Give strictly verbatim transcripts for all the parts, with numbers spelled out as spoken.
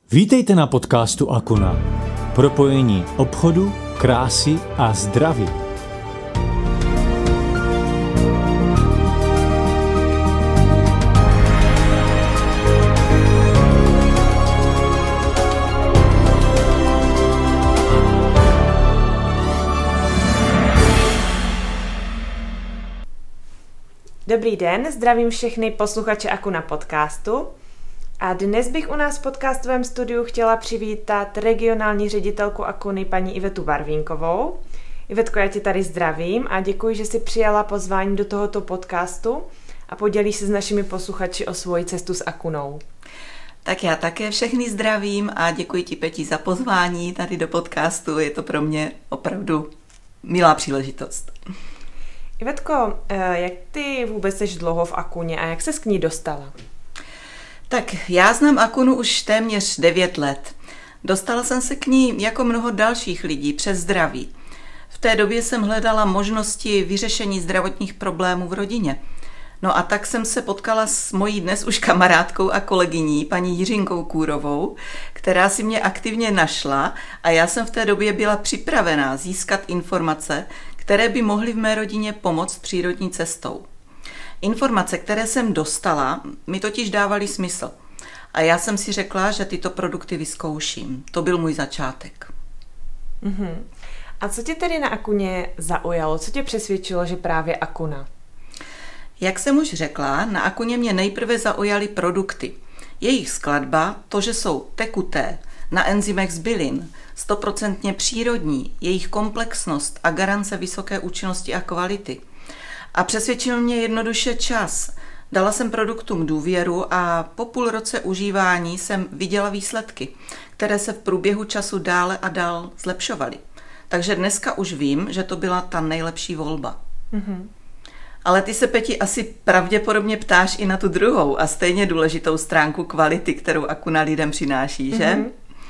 Vítejte na podcastu Akuna. Propojení obchodu, krásy a zdraví. Dobrý den, zdravím všechny posluchače Akuna podcastu. A dnes bych u nás v podcastovém studiu chtěla přivítat regionální ředitelku Akuny paní Ivetu Barvínkovou. Ivetko, já tě tady zdravím a děkuji, že jsi přijala pozvání do tohoto podcastu a podělíš se s našimi posluchači o svoji cestu s Akunou. Tak já také všechny zdravím a děkuji ti, Peti, za pozvání tady do podcastu. Je to pro mě opravdu milá příležitost. Ivetko, jak ty vůbec jsi dlouho v Akuně a jak ses k ní dostala? Tak já znám Akunu už téměř devět let. Dostala jsem se k ní jako mnoho dalších lidí přes zdraví. V té době jsem hledala možnosti vyřešení zdravotních problémů v rodině. No a tak jsem se potkala s mojí dnes už kamarádkou a kolegyní, paní Jiřinkou Kůrovou, která si mě aktivně našla a já jsem v té době byla připravená získat informace, které by mohly v mé rodině pomoct přírodní cestou. Informace, které jsem dostala, mi totiž dávaly smysl. A já jsem si řekla, že tyto produkty vyzkouším. To byl můj začátek. Mm-hmm. A co tě tedy na Akuně zaujalo? Co tě přesvědčilo, že právě Akuna? Jak jsem už řekla, na Akuně mě nejprve zaujaly produkty. Jejich skladba, to, že jsou tekuté, na enzymech z bylin, stoprocentně přírodní, jejich komplexnost a garance vysoké účinnosti a kvality. A přesvědčil mě jednoduše čas. Dala jsem produktům důvěru a po půl roce užívání jsem viděla výsledky, které se v průběhu času dále a dál zlepšovaly. Takže dneska už vím, že to byla ta nejlepší volba. Mm-hmm. Ale ty se, Peti, asi pravděpodobně ptáš i na tu druhou a stejně důležitou stránku kvality, kterou Akuna lidem přináší, že? Mm-hmm.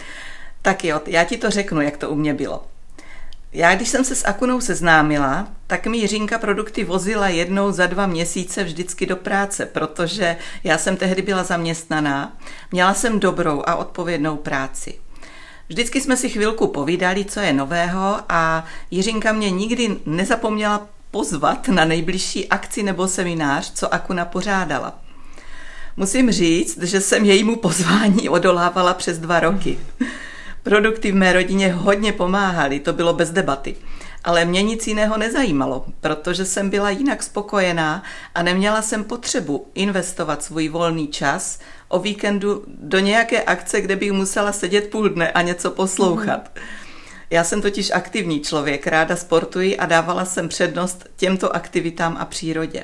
Tak jo, já ti to řeknu, jak to u mě bylo. Já, když jsem se s Akunou seznámila, tak mi Jiřinka produkty vozila jednou za dva měsíce vždycky do práce, protože já jsem tehdy byla zaměstnaná, měla jsem dobrou a odpovědnou práci. Vždycky jsme si chvilku povídali, co je nového a Jiřinka mě nikdy nezapomněla pozvat na nejbližší akci nebo seminář, co Akuna pořádala. Musím říct, že jsem jejímu pozvání odolávala přes dva roky. Produkty v mé rodině hodně pomáhaly, to bylo bez debaty. Ale mě nic jiného nezajímalo, protože jsem byla jinak spokojená a neměla jsem potřebu investovat svůj volný čas o víkendu do nějaké akce, kde bych musela sedět půl dne a něco poslouchat. Mm. Já jsem totiž aktivní člověk, ráda sportuji a dávala jsem přednost těmto aktivitám a přírodě.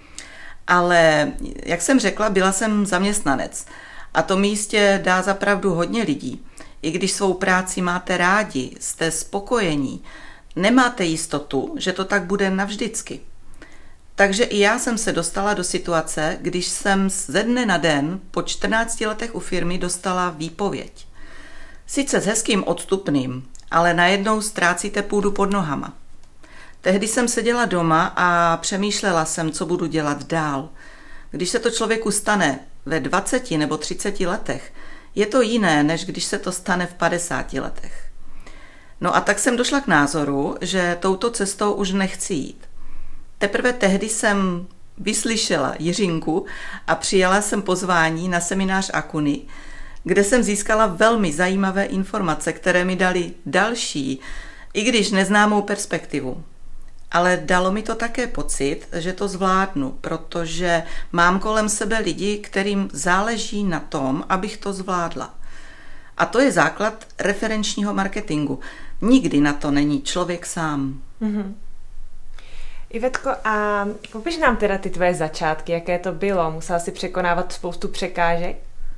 Ale, jak jsem řekla, byla jsem zaměstnanec a to mi jistě dá za pravdu hodně lidí. I když svou práci máte rádi, jste spokojení, nemáte jistotu, že to tak bude navždycky. Takže i já jsem se dostala do situace, když jsem ze dne na den po čtrnácti letech u firmy dostala výpověď. Sice s hezkým odstupným, ale najednou ztrácíte půdu pod nohama. Tehdy jsem seděla doma a přemýšlela jsem, co budu dělat dál. Když se to člověku stane ve dvaceti nebo třiceti letech, je to jiné, než když se to stane v padesáti letech. No a tak jsem došla k názoru, že touto cestou už nechci jít. Teprve tehdy jsem vyslyšela Jiřinku a přijala jsem pozvání na seminář Akuny, kde jsem získala velmi zajímavé informace, které mi dali další, i když neznámou perspektivu. Ale dalo mi to také pocit, že to zvládnu, protože mám kolem sebe lidi, kterým záleží na tom, abych to zvládla. A to je základ referenčního marketingu. Nikdy na to není člověk sám. Mm-hmm. Ivetko, a popiš nám teda ty tvoje začátky, jaké to bylo? Musela jsi překonávat spoustu překážek?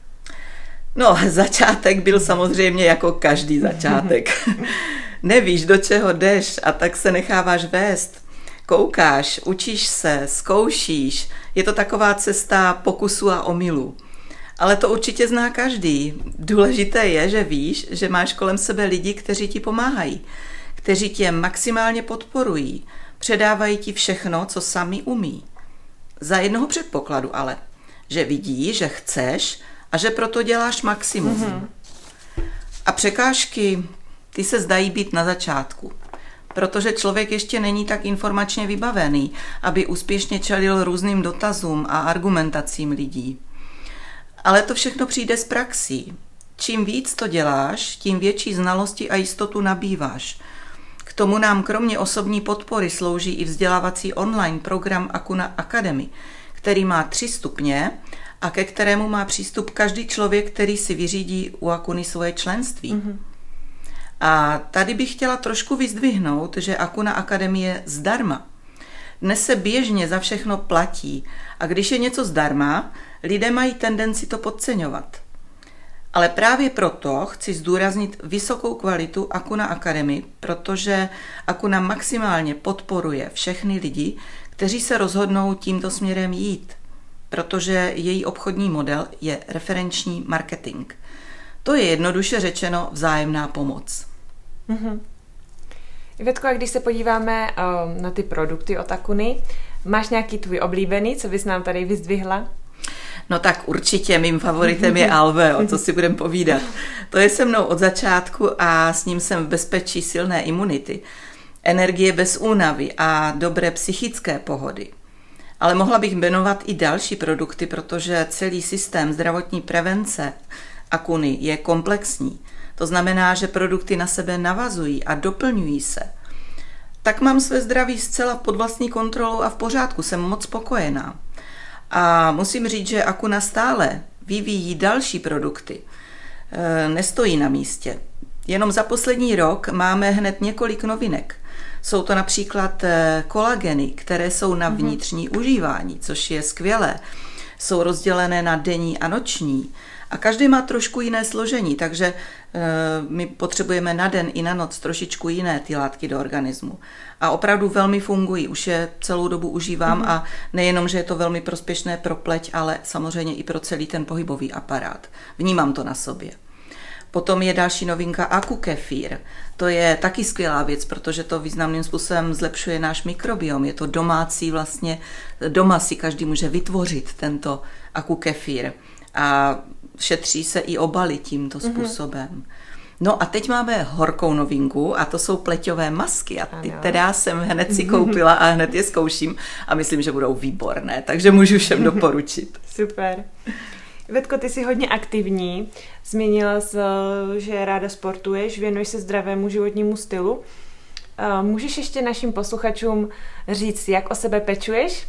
No, začátek byl samozřejmě jako každý začátek. Nevíš, do čeho jdeš a tak se necháváš vést. Koukáš, učíš se, zkoušíš. Je to taková cesta pokusu a omylu. Ale to určitě zná každý. Důležité je, že víš, že máš kolem sebe lidi, kteří ti pomáhají, kteří tě maximálně podporují, předávají ti všechno, co sami umí. Za jednoho předpokladu ale, že vidí, že chceš a že proto děláš maximum. Mm-hmm. A překážky, ty se zdají být na začátku, protože člověk ještě není tak informačně vybavený, aby úspěšně čelil různým dotazům a argumentacím lidí. Ale to všechno přijde z praxí. Čím víc to děláš, tím větší znalosti a jistotu nabýváš. K tomu nám kromě osobní podpory slouží i vzdělávací online program Akuna Academy, který má tři stupně a ke kterému má přístup každý člověk, který si vyřídí u Akuny svoje členství. Mm-hmm. A tady bych chtěla trošku vyzdvihnout, že Akuna Academy je zdarma. Dnes se běžně za všechno platí a když je něco zdarma, lidé mají tendenci to podceňovat. Ale právě proto chci zdůraznit vysokou kvalitu Akuna Academy, protože Akuna maximálně podporuje všechny lidi, kteří se rozhodnou tímto směrem jít, protože její obchodní model je referenční marketing. To je jednoduše řečeno vzájemná pomoc. Mm-hmm. Ivetko, a když se podíváme uh, na ty produkty od Akuny, máš nějaký tvůj oblíbený, co bys nám tady vyzdvihla? No tak určitě mým favoritem je Alve, o co si budeme povídat. To je se mnou od začátku a s ním jsem v bezpečí silné imunity, energie bez únavy a dobré psychické pohody. Ale mohla bych jmenovat i další produkty, protože celý systém zdravotní prevence Akuny je komplexní. To znamená, že produkty na sebe navazují a doplňují se. Tak mám své zdraví zcela pod vlastní kontrolou a v pořádku, jsem moc spokojená. A musím říct, že Akuna stále vyvíjí další produkty. E, nestojí na místě. Jenom za poslední rok máme hned několik novinek. Jsou to například kolageny, které jsou na vnitřní mm-hmm. užívání, což je skvělé. Jsou rozdělené na denní a noční. A každý má trošku jiné složení, takže e, my potřebujeme na den i na noc trošičku jiné ty látky do organismu. A opravdu velmi fungují, už je celou dobu užívám mm-hmm. a nejenom, že je to velmi prospěšné pro pleť, ale samozřejmě i pro celý ten pohybový aparát. Vnímám to na sobě. Potom je další novinka Akukefír. To je taky skvělá věc, protože to významným způsobem zlepšuje náš mikrobiom. Je to domácí vlastně, doma si každý může vytvořit tento Akukefír. A šetří se i obaly tímto způsobem. Mm-hmm. No a teď máme horkou novinku a to jsou pleťové masky a ty ano. teda jsem hned si koupila a hned je zkouším a myslím, že budou výborné, takže můžu všem doporučit. Super. Ivetko, ty jsi hodně aktivní, zmínila jsi, že ráda sportuješ, věnuješ se zdravému životnímu stylu. Můžeš ještě našim posluchačům říct, jak o sebe pečuješ?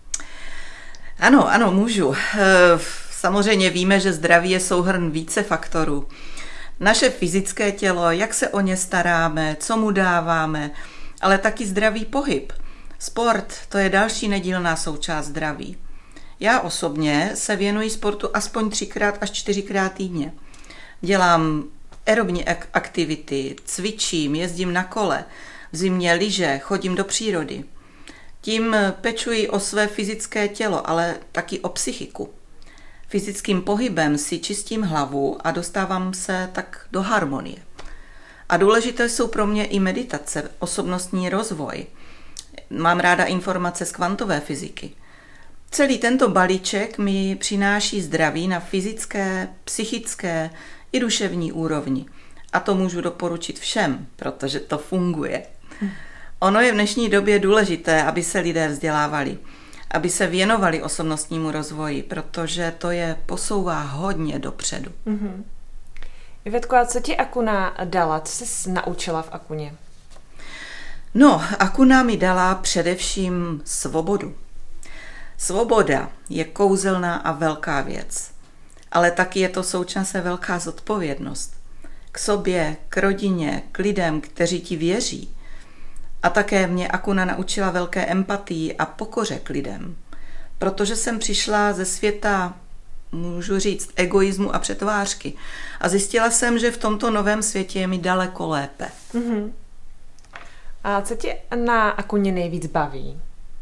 Ano, ano, můžu. Samozřejmě víme, že zdraví je souhrn více faktorů. Naše fyzické tělo, jak se o ně staráme, co mu dáváme, ale taky zdravý pohyb. Sport, to je další nedílná součást zdraví. Já osobně se věnuji sportu aspoň třikrát až čtyřikrát týdně. Dělám aerobní aktivity, cvičím, jezdím na kole, v zimě lyže, chodím do přírody. Tím pečuji o své fyzické tělo, ale taky o psychiku. Fyzickým pohybem si čistím hlavu a dostávám se tak do harmonie. A důležité jsou pro mě i meditace, osobnostní rozvoj. Mám ráda informace z kvantové fyziky. Celý tento balíček mi přináší zdraví na fyzické, psychické i duševní úrovni. A to můžu doporučit všem, protože to funguje. Ono je v dnešní době důležité, aby se lidé vzdělávali, aby se věnovali osobnostnímu rozvoji, protože to je posouvá hodně dopředu. Mm-hmm. Ivetko, a co ti Akuna dala? Co jsi naučila v Akuně? No, Akuna mi dala především svobodu. Svoboda je kouzelná a velká věc, ale taky je to současně velká zodpovědnost. K sobě, k rodině, k lidem, kteří ti věří. A také mě Akuna naučila velké empatii a pokoře k lidem, protože jsem přišla ze světa, můžu říct, egoismu a přetvářky. A zjistila jsem, že v tomto novém světě je mi daleko lépe. Mm-hmm. A co tě na Akuně nejvíc baví?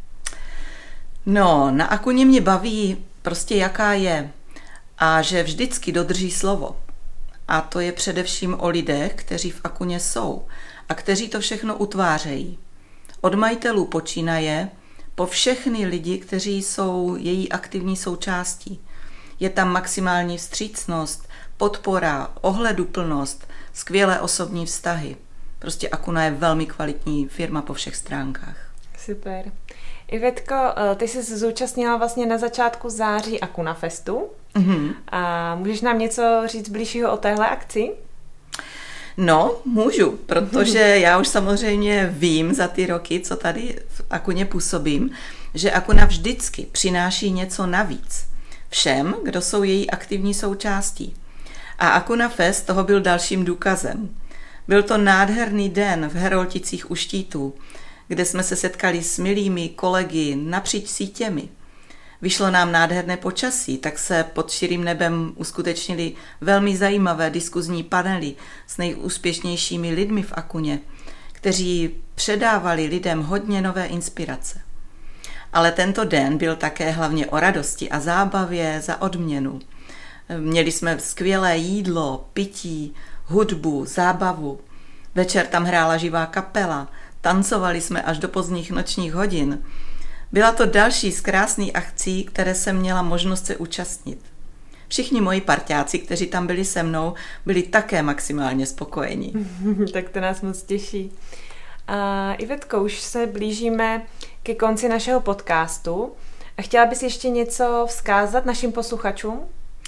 No, na Akuně mě baví prostě jaká je a že vždycky dodrží slovo. A to je především o lidech, kteří v Akuně jsou a kteří to všechno utvářejí. Od majitelů počínaje po všechny lidi, kteří jsou její aktivní součástí. Je tam maximální vstřícnost, podpora, ohleduplnost, skvělé osobní vztahy. Prostě Akuna je velmi kvalitní firma po všech stránkách. Super. Ivetko, ty jsi zúčastnila vlastně na začátku září Akuna Festu. Mm-hmm. A můžeš nám něco říct blížšího o téhle akci? No, můžu, protože já už samozřejmě vím za ty roky, co tady v Akuně působím, že Akuna vždycky přináší něco navíc všem, kdo jsou její aktivní součástí. A Akuna Fest toho byl dalším důkazem. Byl to nádherný den v Herolticích u Štítů, kde jsme se setkali s milými kolegy napříč sítěmi. Vyšlo nám nádherné počasí, tak se pod širým nebem uskutečnili velmi zajímavé diskuzní panely s nejúspěšnějšími lidmi v Akuně, kteří předávali lidem hodně nové inspirace. Ale tento den byl také hlavně o radosti a zábavě za odměnu. Měli jsme skvělé jídlo, pití, hudbu, zábavu. Večer tam hrála živá kapela, tancovali jsme až do pozdních nočních hodin. Byla to další z krásných akcí, které jsem měla možnost se účastnit. Všichni moji parťáci, kteří tam byli se mnou, byli také maximálně spokojení. Tak to nás moc těší. A Ivetko, už se blížíme ke konci našeho podcastu. A chtěla bys ještě něco vzkázat našim posluchačům?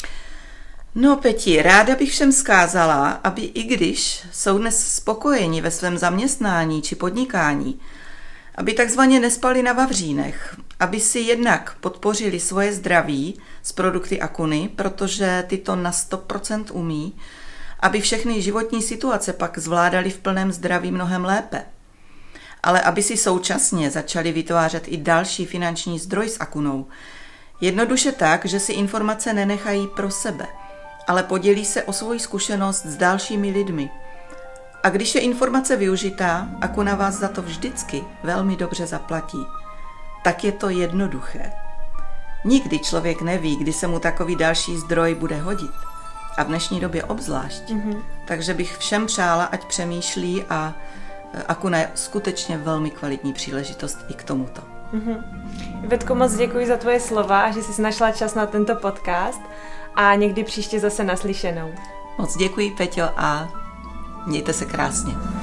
No, Peti, ráda bych všem vzkázala, aby i když jsou dnes spokojeni ve svém zaměstnání či podnikání, aby takzvaně nespali na vavřínech, aby si jednak podpořili svoje zdraví z produkty Akuny, protože ty to na sto procent umí, aby všechny životní situace pak zvládali v plném zdraví mnohem lépe. Ale aby si současně začali vytvářet i další finanční zdroj s Akunou. Jednoduše tak, že si informace nenechají pro sebe, ale podělí se o svoji zkušenost s dalšími lidmi. A když je informace využitá, Akuna vás za to vždycky velmi dobře zaplatí. Tak je to jednoduché. Nikdy člověk neví, kdy se mu takový další zdroj bude hodit. A v dnešní době obzvlášť. Mm-hmm. Takže bych všem přála, ať přemýšlí a Akuna je skutečně velmi kvalitní příležitost i k tomuto. Mm-hmm. Ivetko, moc děkuji za tvoje slova a že jsi našla čas na tento podcast a někdy příště zase naslyšenou. Moc děkuji, Peťo, a mějte se krásně.